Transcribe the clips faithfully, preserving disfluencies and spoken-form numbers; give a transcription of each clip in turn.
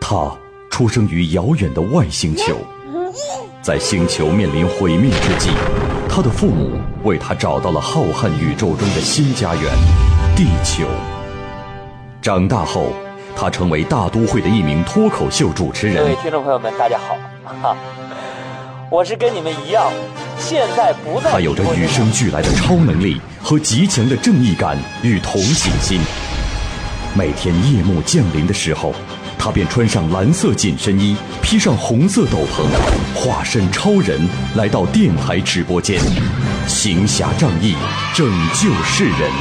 他出生于遥远的外星球，在星球面临毁灭之际，他的父母为他找到了浩瀚宇宙中的新家园——地球。长大后，他成为大都会的一名脱口秀主持人。 各位听众朋友们，大家好，哈，我是跟你们一样，现在不在。 他有着与生俱来的超能力和极强的正义感与同情心。每天夜幕降临的时候，他便穿上蓝色紧身衣，披上红色斗篷，化身超人来到电台直播间，行侠仗义，拯救世人。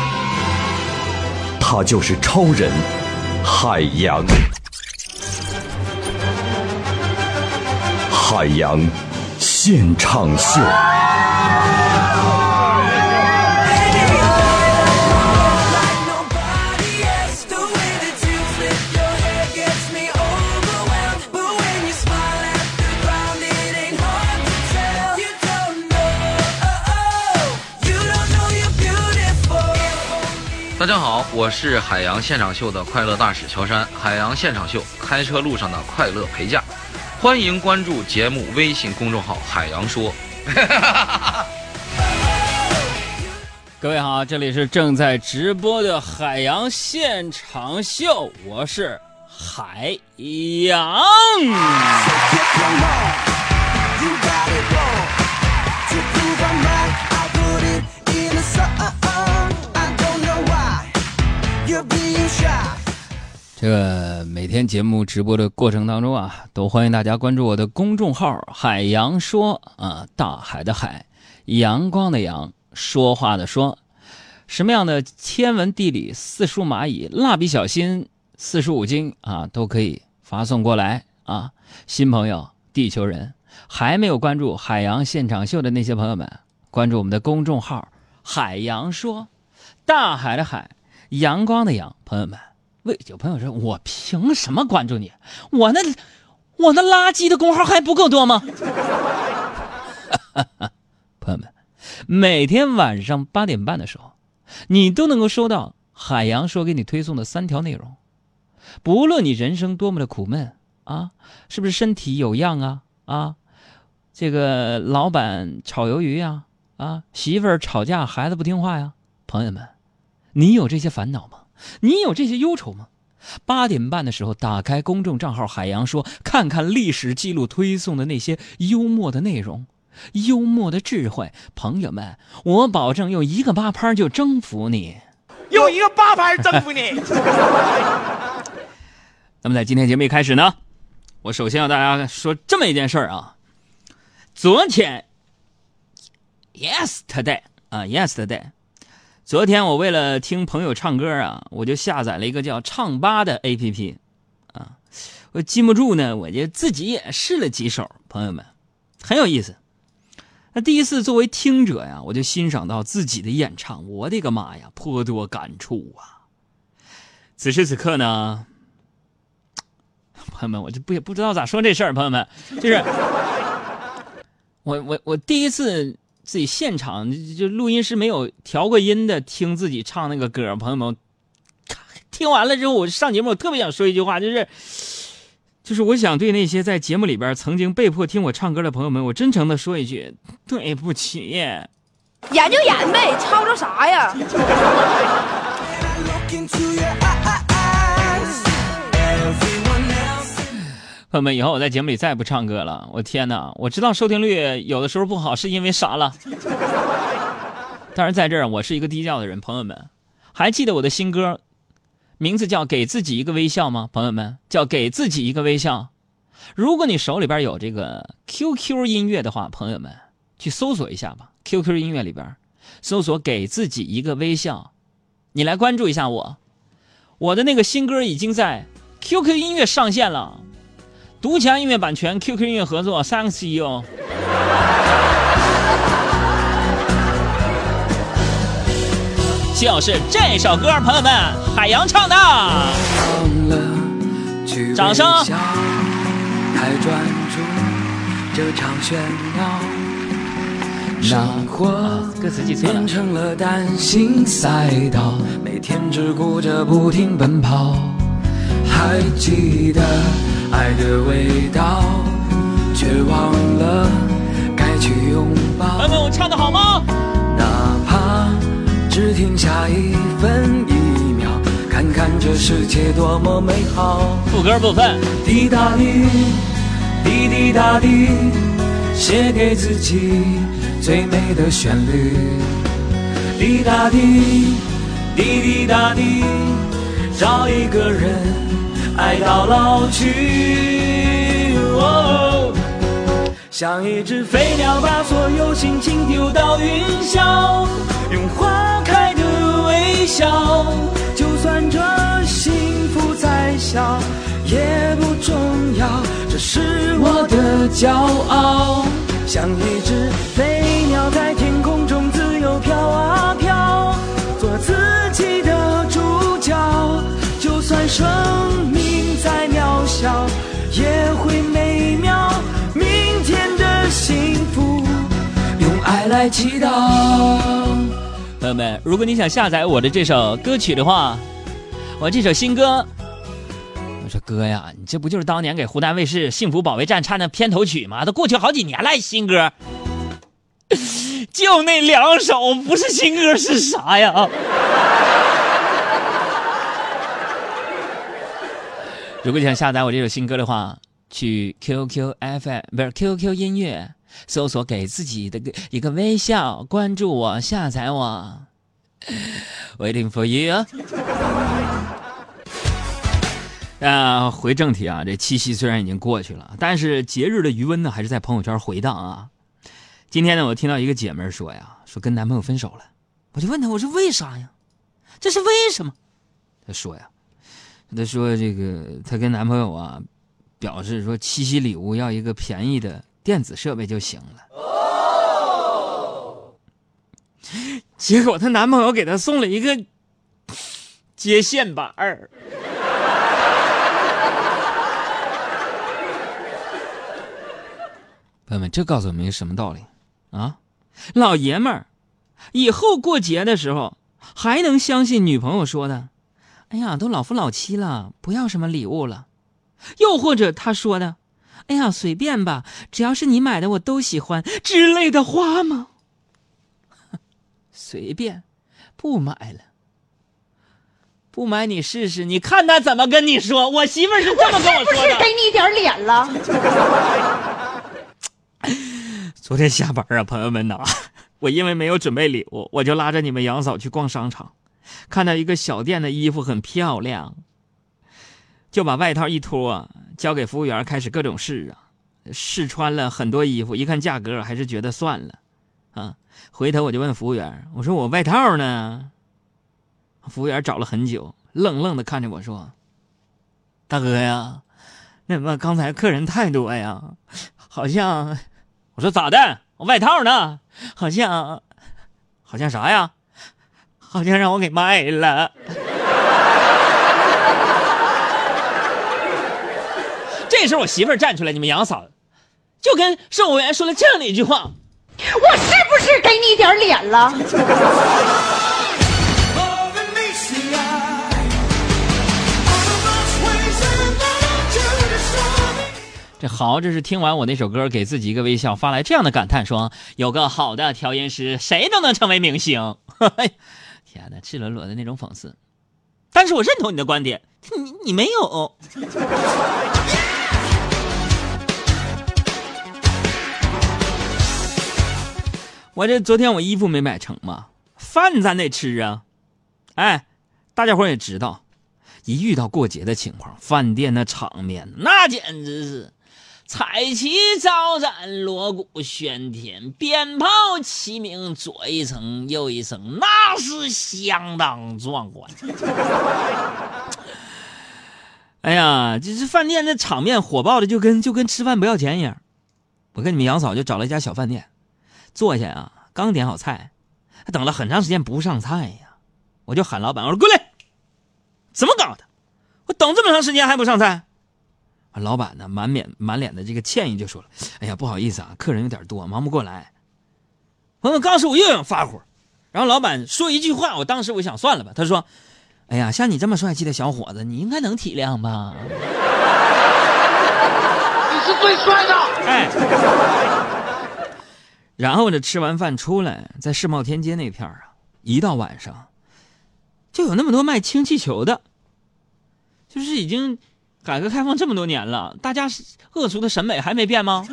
他就是超人海洋。海洋现场秀。 大家好，我是海洋现场秀的快乐大使乔杉。海洋现场秀，开车路上的快乐陪驾。欢迎关注节目微信公众号海洋说。 各位好，这里是正在直播的海洋现场秀，我是海洋。这个每天节目直播的过程当中啊，都欢迎大家关注我的公众号海洋说啊，大海的海，阳光的阳，说话的说。什么样的天文地理、四书蚂蚁、蜡笔小新、四书五经啊，都可以发送过来啊。新朋友、地球人还没有关注海洋现场秀的那些朋友们，关注我们的公众号海洋说，大海的海，阳光的阳。朋友们，喂，有朋友说，我凭什么关注你？我那我那垃圾的公号还不够多吗？朋友们，每天晚上八点半的时候，你都能够收到海洋说给你推送的三条内容。不论你人生多么的苦闷啊，是不是身体有恙啊啊，这个老板炒鱿鱼呀啊，媳妇儿吵架，孩子不听话呀，朋友们，你有这些烦恼吗？你有这些忧愁吗？八点半的时候，打开公众账号海洋说，看看历史记录推送的那些幽默的内容，幽默的智慧。朋友们，我保证用一个八拍就征服你， 用一个八拍征服你。 那么在今天节目一开始呢，我首先要大家说这么一件事儿啊，昨天 yesterday 啊 yesterday昨天我为了听朋友唱歌啊，我就下载了一个叫唱吧的 A P P 啊，我禁不住呢，我就自己也试了几首，朋友们很有意思。那第一次作为听者呀，我就欣赏到自己的演唱，我的个妈呀，颇多感触啊。此时此刻呢，朋友们，我就不也不知道咋说这事儿，朋友们，就是我我我第一次自己现场就录音师没有调过音的听自己唱那个歌，朋友们，听完了之后，我上节目我特别想说一句话，就是就是我想对那些在节目里边曾经被迫听我唱歌的朋友们，我真诚的说一句，对不起。演就演呗，吵着啥呀？ 朋友们，以后我在节目里再也不唱歌了。我天哪，我知道收听率有的时候不好是因为啥了。但是在这儿我是一个低调的人，朋友们，还记得我的新歌名字叫给自己一个微笑吗？朋友们，叫给自己一个微笑。如果你手里边有这个 Q Q 音乐的话，朋友们去搜索一下吧， Q Q 音乐里边搜索给自己一个微笑，你来关注一下我，我的那个新歌已经在 Q Q 音乐上线了，独家音乐版权 Q Q 音乐合作 Thanks you。 就是这首歌，朋友们，海洋唱的，掌声。太专注这场喧闹，生活变成了单行赛道，每天只顾着不停奔跑， 还记得爱的味道，却忘了该去拥抱。 朋友们，我唱得好吗？ 哪怕只停下一分一秒，看看这世界多么美好。 副歌部分， 滴答滴，滴滴答滴，写给自己最美的旋律。滴答滴，滴滴答滴，找一个人爱到老去。哦，像一只飞鸟，把所有心情丢到云霄，用花开的微笑。就算这幸福再小，也不重要，这是我的骄傲。像一只飞鸟在天空中自由飘啊飘，做自己的主角。就算生命再渺小，也会美妙。明天的幸福，用爱来祈祷。 朋友们，如果你想下载我的这首歌曲的话，我这首新歌，我说哥呀，你这不就是当年给湖南卫视《幸福保卫战》唱的片头曲吗？都过去好几年了，新歌就那两首，不是新歌是啥呀？如果你想下载我这首新歌的话，去 Q Q F M 不是 Q Q 音乐搜索给自己的一个微笑，关注我，下载我 Waiting for you。 啊，回正题啊，这七夕虽然已经过去了，但是节日的余温呢还是在朋友圈回荡啊。今天呢，我听到一个姐妹说呀，说跟男朋友分手了，我就问她，我说为啥呀？这是为什么？她说呀，她说这个她跟男朋友啊表示说七夕礼物要一个便宜的电子设备就行了。哦，结果她男朋友给她送了一个接线板儿。朋友们，这告诉我们一个什么道理啊？老爷们儿以后过节的时候还能相信女朋友说的哎呀都老夫老妻了，不要什么礼物了，又或者他说的哎呀随便吧，只要是你买的我都喜欢之类的话吗？随便，不买了，不买你试试，你看他怎么跟你说。我媳妇儿是这么跟我说的。 我是不是给你一点脸了？ 昨天下班啊，朋友们呐，我因为没有准备礼物，我就拉着你们杨嫂去逛商场，看到一个小店的衣服很漂亮，就把外套一脱，交给服务员开始各种试啊，试穿了很多衣服，一看价格还是觉得算了啊。回头我就问服务员，我说我外套呢？服务员找了很久，愣愣的看着我说，大哥呀，那么刚才客人太多呀，好像。我说咋的？我外套呢？好像，好像啥呀？好像让我给卖了。这时候我媳妇儿站出来，你们杨嫂就跟售货员说了这样的一句话： 我是不是给你一点脸了？ 这豪这是听完我那首歌，给自己一个微笑，发来这样的感叹说，有个好的调音师谁都能成为明星。天哪，赤裸裸的那种讽刺。但是我认同你的观点，你你没有。我这昨天我衣服没买成嘛，饭咱得吃啊。哎，大家伙也知道，一遇到过节的情况，饭店的场面那简直是彩旗招展，锣鼓喧天，鞭炮齐鸣，左一层右一层，那是相当壮观。哎呀，这是饭店的场面火爆的就跟就跟吃饭不要钱一样。我跟你们杨嫂就找了一家小饭店，坐下啊，刚点好菜，还等了很长时间不上菜呀，我就喊老板，我说过来，怎么搞的？我等这么长时间还不上菜？老板呢，满脸满脸的这个歉意就说了：“哎呀，不好意思啊，客人有点多，忙不过来。”朋友，当时我又想发火，然后老板说一句话，我当时我想算了吧，他说：“ 哎呀，像你这么帅气的小伙子，你应该能体谅吧？ 你是最帅的。 哎，然后这吃完饭出来，在世贸天阶那片儿啊，一到晚上，就有那么多卖氢气球的，就是已经改革开放这么多年了，大家恶俗的审美还没变吗？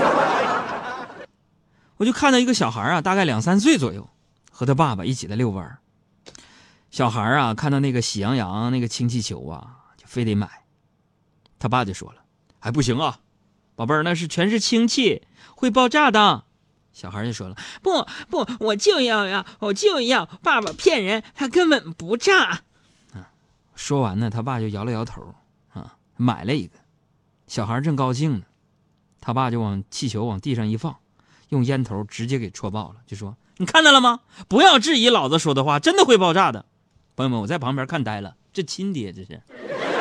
我就看到一个小孩啊，大概两三岁左右，和他爸爸一起在遛弯。小孩啊，看到那个喜羊羊那个氢气球啊，就非得买。他爸就说了：“还不行啊，宝贝儿，那是全是氢气，会爆炸的。”小孩就说了：“不不，我就要呀，我就要，爸爸骗人，他根本不炸。”啊，说完呢，他爸就摇了摇头，啊，买了一个。小孩正高兴呢，他爸就往气球往地上一放，用烟头直接给戳爆了，就说：“你看到了吗？不要质疑老子说的话，真的会爆炸的。”朋友们，我在旁边看呆了，这亲爹这是。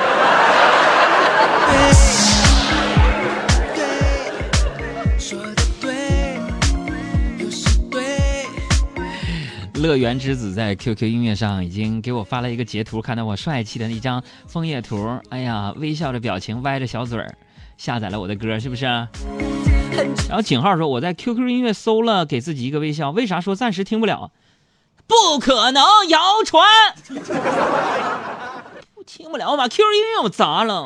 乐园之子在 Q Q 音乐上已经给我发了一个截图，看到我帅气的一张枫叶图，哎呀，微笑的表情，歪着小嘴儿，下载了我的歌，是不是？然后井号说我在 Q Q 音乐搜了，给自己一个微笑，为啥说暂时听不了？不可能，谣传，不听不了，我把 Q Q 音乐我砸了。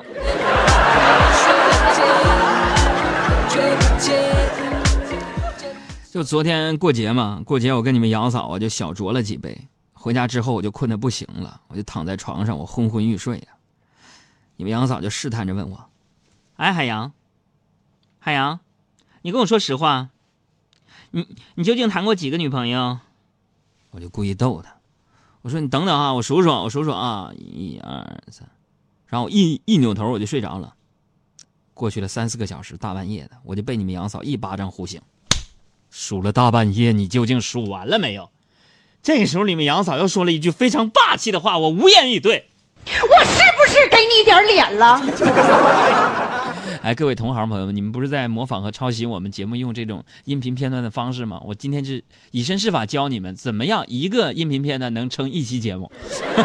就昨天过节嘛，过节我跟你们杨嫂啊就小酌了几杯，回家之后我就困得不行了，我就躺在床上，我昏昏欲睡啊。你们杨嫂就试探着问我：“哎，海洋，海洋，你跟我说实话，你你究竟谈过几个女朋友？”我就故意逗他，我说：“你等等啊，我数数，我数数啊，一二三。”然后我一一扭头我就睡着了。过去了三四个小时，大半夜的，我就被你们杨嫂一巴掌呼醒。数了大半夜，你究竟数完了没有？这时候你们杨嫂又说了一句非常霸气的话，我无言以对。 我是不是给你点脸了？ 哎，各位同行朋友们，你们不是在模仿和抄袭我们节目用这种音频片段的方式吗？我今天是以身试法教你们怎么样一个音频片段能撑一期节目。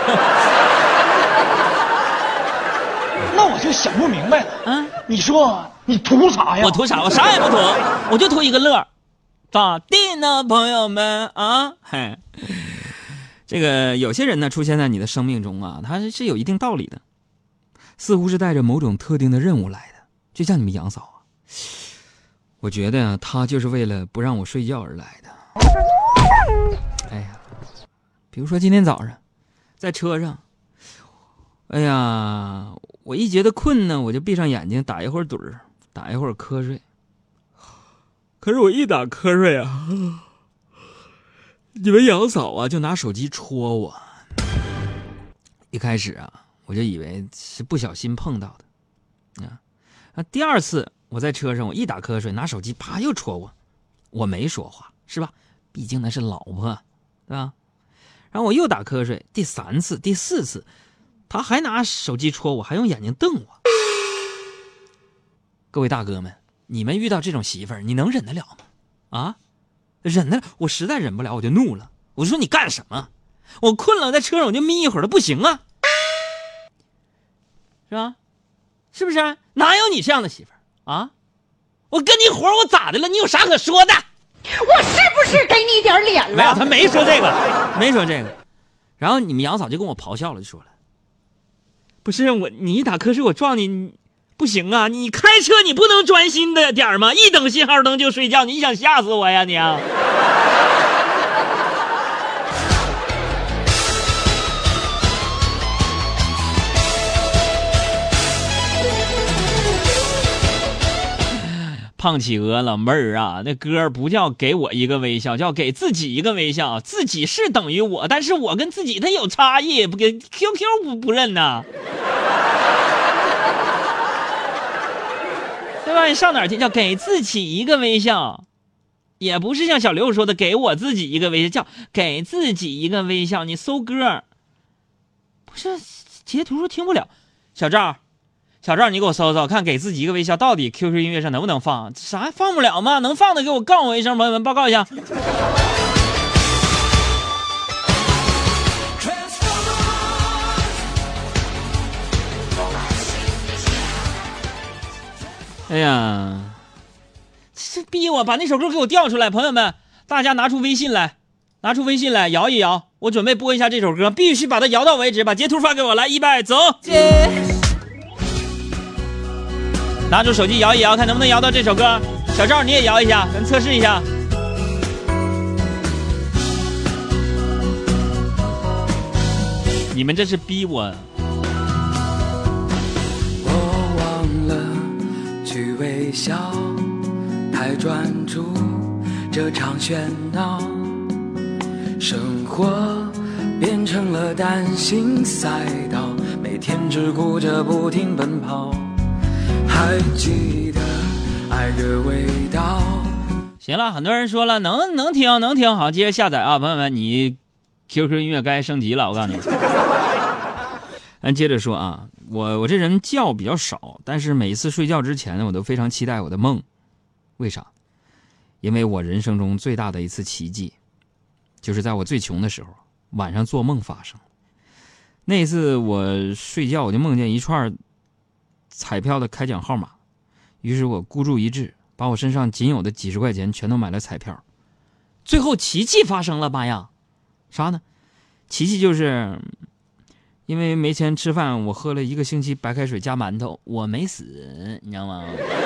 那我就想不明白了， 嗯， 你说你图啥呀？ 我图啥？我啥也不图，我就图一个乐。咋地呢，朋友们啊？嘿，这个有些人呢出现在你的生命中啊，他是有一定道理的，似乎是带着某种特定的任务来的。就像你们杨嫂啊，我觉得啊，他就是为了不让我睡觉而来的。哎呀，比如说今天早上在车上，哎呀，我一觉得困呢，我就闭上眼睛打一会儿盹儿，打一会儿瞌睡。可是我一打瞌睡啊，你们杨嫂啊就拿手机戳我。一开始啊，我就以为是不小心碰到的啊。那第二次我在车上，我一打瞌睡，拿手机啪又戳我，我没说话是吧？毕竟那是老婆，对吧？然后我又打瞌睡，第三次、第四次，他还拿手机戳我，还用眼睛瞪我。各位大哥们，你们遇到这种媳妇儿，你能忍得了吗？啊，忍得了？我实在忍不了，我就怒了，我就说你干什么？我困了，在车上我就眯一会儿都不行啊，是吧？是不是？哪有你这样的媳妇儿啊？我跟你活我咋的了？你有啥可说的？ 我是不是给你点脸了？ 没有，他没说这个，没说这个。然后你们杨嫂就跟我咆哮了，就说了：“不是我，你一打瞌睡我撞你，你不行啊！你开车你不能专心的点儿吗？一等信号灯就睡觉，你想吓死我呀你啊！”胖企鹅老妹儿啊，那歌不叫给我一个微笑，叫给自己一个微笑。自己是等于我，但是我跟自己它有差异，不给 Q Q 不不认呐，对吧？你上哪儿去？叫给自己一个微笑，也不是像小刘说的给我自己一个微笑，叫给自己一个微笑。你搜歌，不是截图说听不了，小赵。小赵，你给我搜搜看，给自己一个微笑到底 Q Q 音乐上能不能放？啥放不了吗？能放的给我告我一声，朋友们报告一下。 哎呀，这逼我把那首歌给我调出来，朋友们，大家拿出微信来，拿出微信来摇一摇，我准备播一下这首歌，必须把它摇到为止，把截图发给我来，预备走。拿出手机摇一摇，看能不能摇到这首歌。小赵你也摇一下，咱测试一下。你们这是逼我。 我忘了去微笑，太专注这场喧闹，生活变成了单行赛道，每天只顾着不停奔跑，还记得爱的味道。 行了，很多人说了能能听能听，好，接着下载啊，朋友们，你 Q Q 音乐该升级了，我告诉你。咱接着说啊，我我这人觉比较少，但是每次睡觉之前呢，我都非常期待我的梦。为啥？因为我人生中最大的一次奇迹，就是在我最穷的时候，晚上做梦发生。那一次我睡觉，我就梦见一串彩票的开奖号码，于是我孤注一掷，把我身上仅有的几十块钱全都买了彩票。最后奇迹发生了吧呀？啥呢？奇迹就是因为没钱吃饭，我喝了一个星期白开水加馒头，我没死，你知道吗？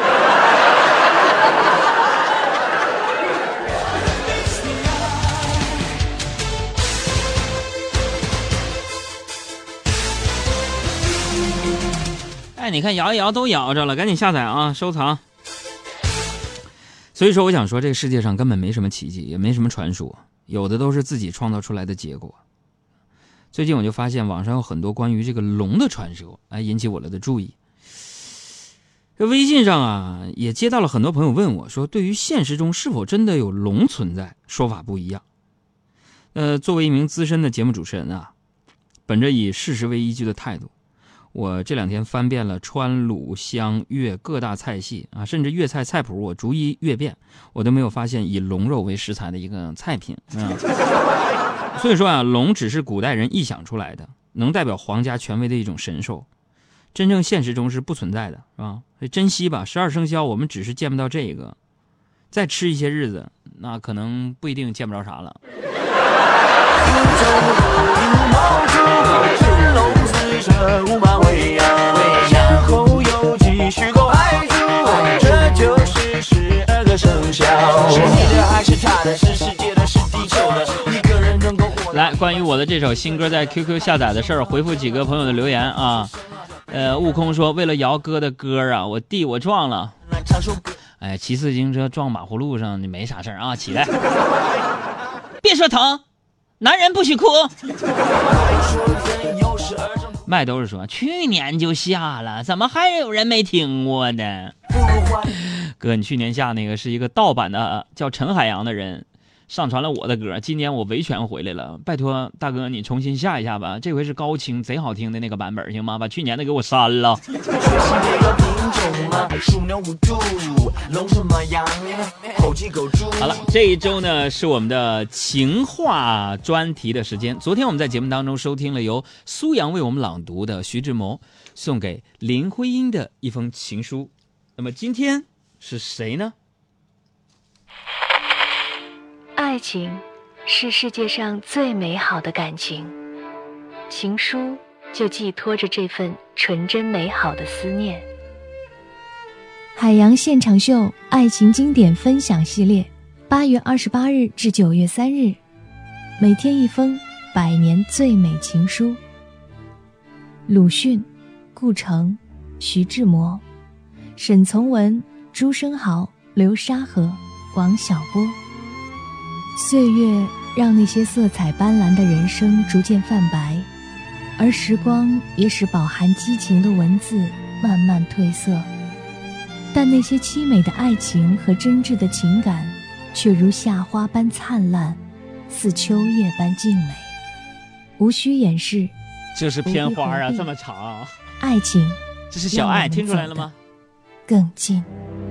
哎，你看摇一摇都摇着了，赶紧下载啊，收藏。所以说我想说，这个世界上根本没什么奇迹，也没什么传说，有的都是自己创造出来的结果。最近我就发现网上有很多关于这个龙的传说，哎，引起我了的注意。这微信上啊，也接到了很多朋友问我说，对于现实中是否真的有龙存在，说法不一样。呃，作为一名资深的节目主持人啊，本着以事实为依据的态度，我这两天翻遍了川鲁湘粤各大菜系啊，甚至粤菜菜谱我逐一阅遍，我都没有发现以龙肉为食材的一个菜品啊。所以说啊，龙只是古代人臆想出来的，能代表皇家权威的一种神兽，真正现实中是不存在的，是吧？所以珍惜吧，十二生肖我们只是见不到这个，再吃一些日子，那可能不一定见不着啥了。这就是十二个生肖，是你的还是他的，是世界的，是地球的，一个人能够活。来，关于我的这首新歌在 Q Q 下载的事儿，回复几个朋友的留言啊。呃，悟空说，为了姚哥的歌啊，我弟我撞了，哎，骑自行车撞马葫芦上，你没啥事儿啊，起来，别说疼，男人不许哭。麦都是说去年就下了，怎么还有人没听过呢？哥，你去年下那个是一个盗版的叫陈海洋的人上传了我的歌，今年我维权回来了，拜托大哥你重新下一下吧，这回是高清贼好听的那个版本行吗？把去年的给我删了。好了，这一周呢是我们的情话专题的时间。昨天我们在节目当中收听了由苏阳为我们朗读的徐志摩送给林徽因的一封情书，那么今天是谁呢？ 爱情是世界上最美好的感情，情书就寄托着这份纯真美好的思念。 海洋现场秀爱情经典分享系列，八月二十八日至九月三日，每天一封百年最美情书。鲁迅、顾城、徐志摩、沈从文、朱生豪、刘沙河、王小波。岁月让那些色彩斑斓的人生逐渐泛白，而时光也使饱含激情的文字慢慢褪色，但那些凄美的爱情和真挚的情感却如夏花般灿烂，似秋叶般静美。无需掩饰， 这是片花啊，这么长。 爱情， 这是小爱，听出来了吗？ 更近。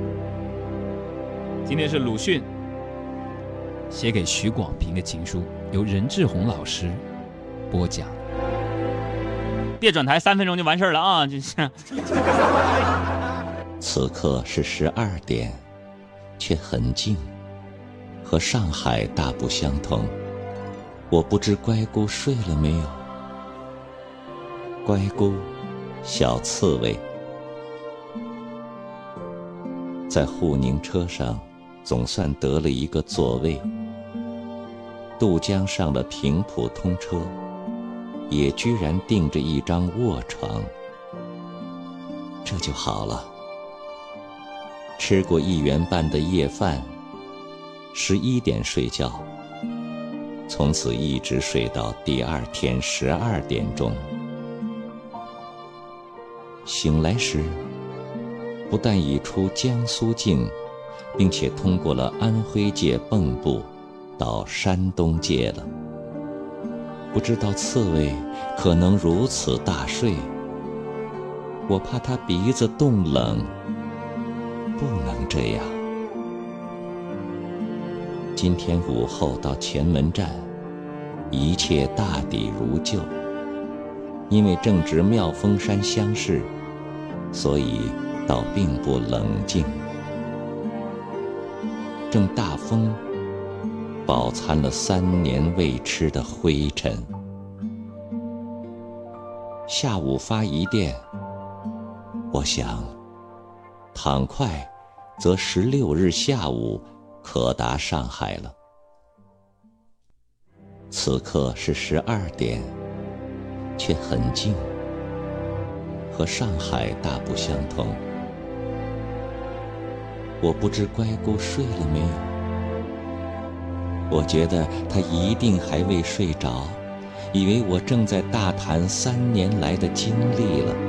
今天是鲁迅写给许广平的情书，由任志宏老师播讲。别转台，三分钟就完事了啊！就是此刻是十二点，却很静，和上海大不相同。我不知乖姑睡了没有。乖姑，小刺猬，在沪宁车上总算得了一个座位。渡江上了平普通车，也居然订着一张卧床，这就好了。吃过一元半的夜饭，十一点睡觉，从此一直睡到第二天十二点钟。醒来时，不但已出江苏境，并且通过了安徽界蚌埠，到山东界了。不知道刺猬可能如此大睡，我怕它鼻子冻冷，不能这样。今天午后到前门站，一切大抵如旧。因为正值妙峰山乡试，所以倒并不冷静。正大风饱餐了三年未吃的灰尘。下午发一电，我想，倘快，则十六日下午可达上海了。此刻是十二点，却很静，和上海大不相同。我不知乖姑睡了没有，我觉得她一定还未睡着，以为我正在大谈三年来的经历了。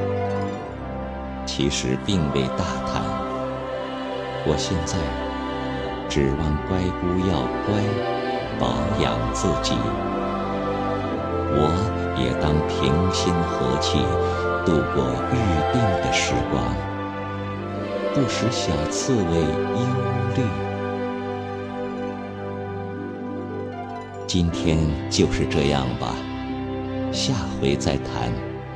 其实并未大谈，我现在指望乖姑要乖，保养自己，我也当平心和气度过预定的时光，不使小刺猬忧虑。今天就是这样吧，下回再谈。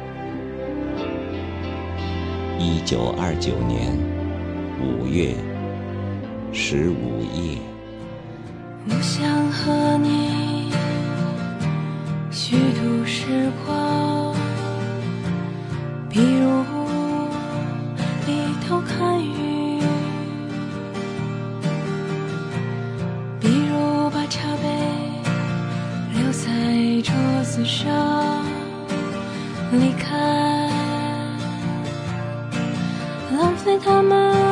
一九二九年五月十五夜。 我想和你虚度时光，比如低头看雨，比如把茶杯留在桌子上离开，浪费它们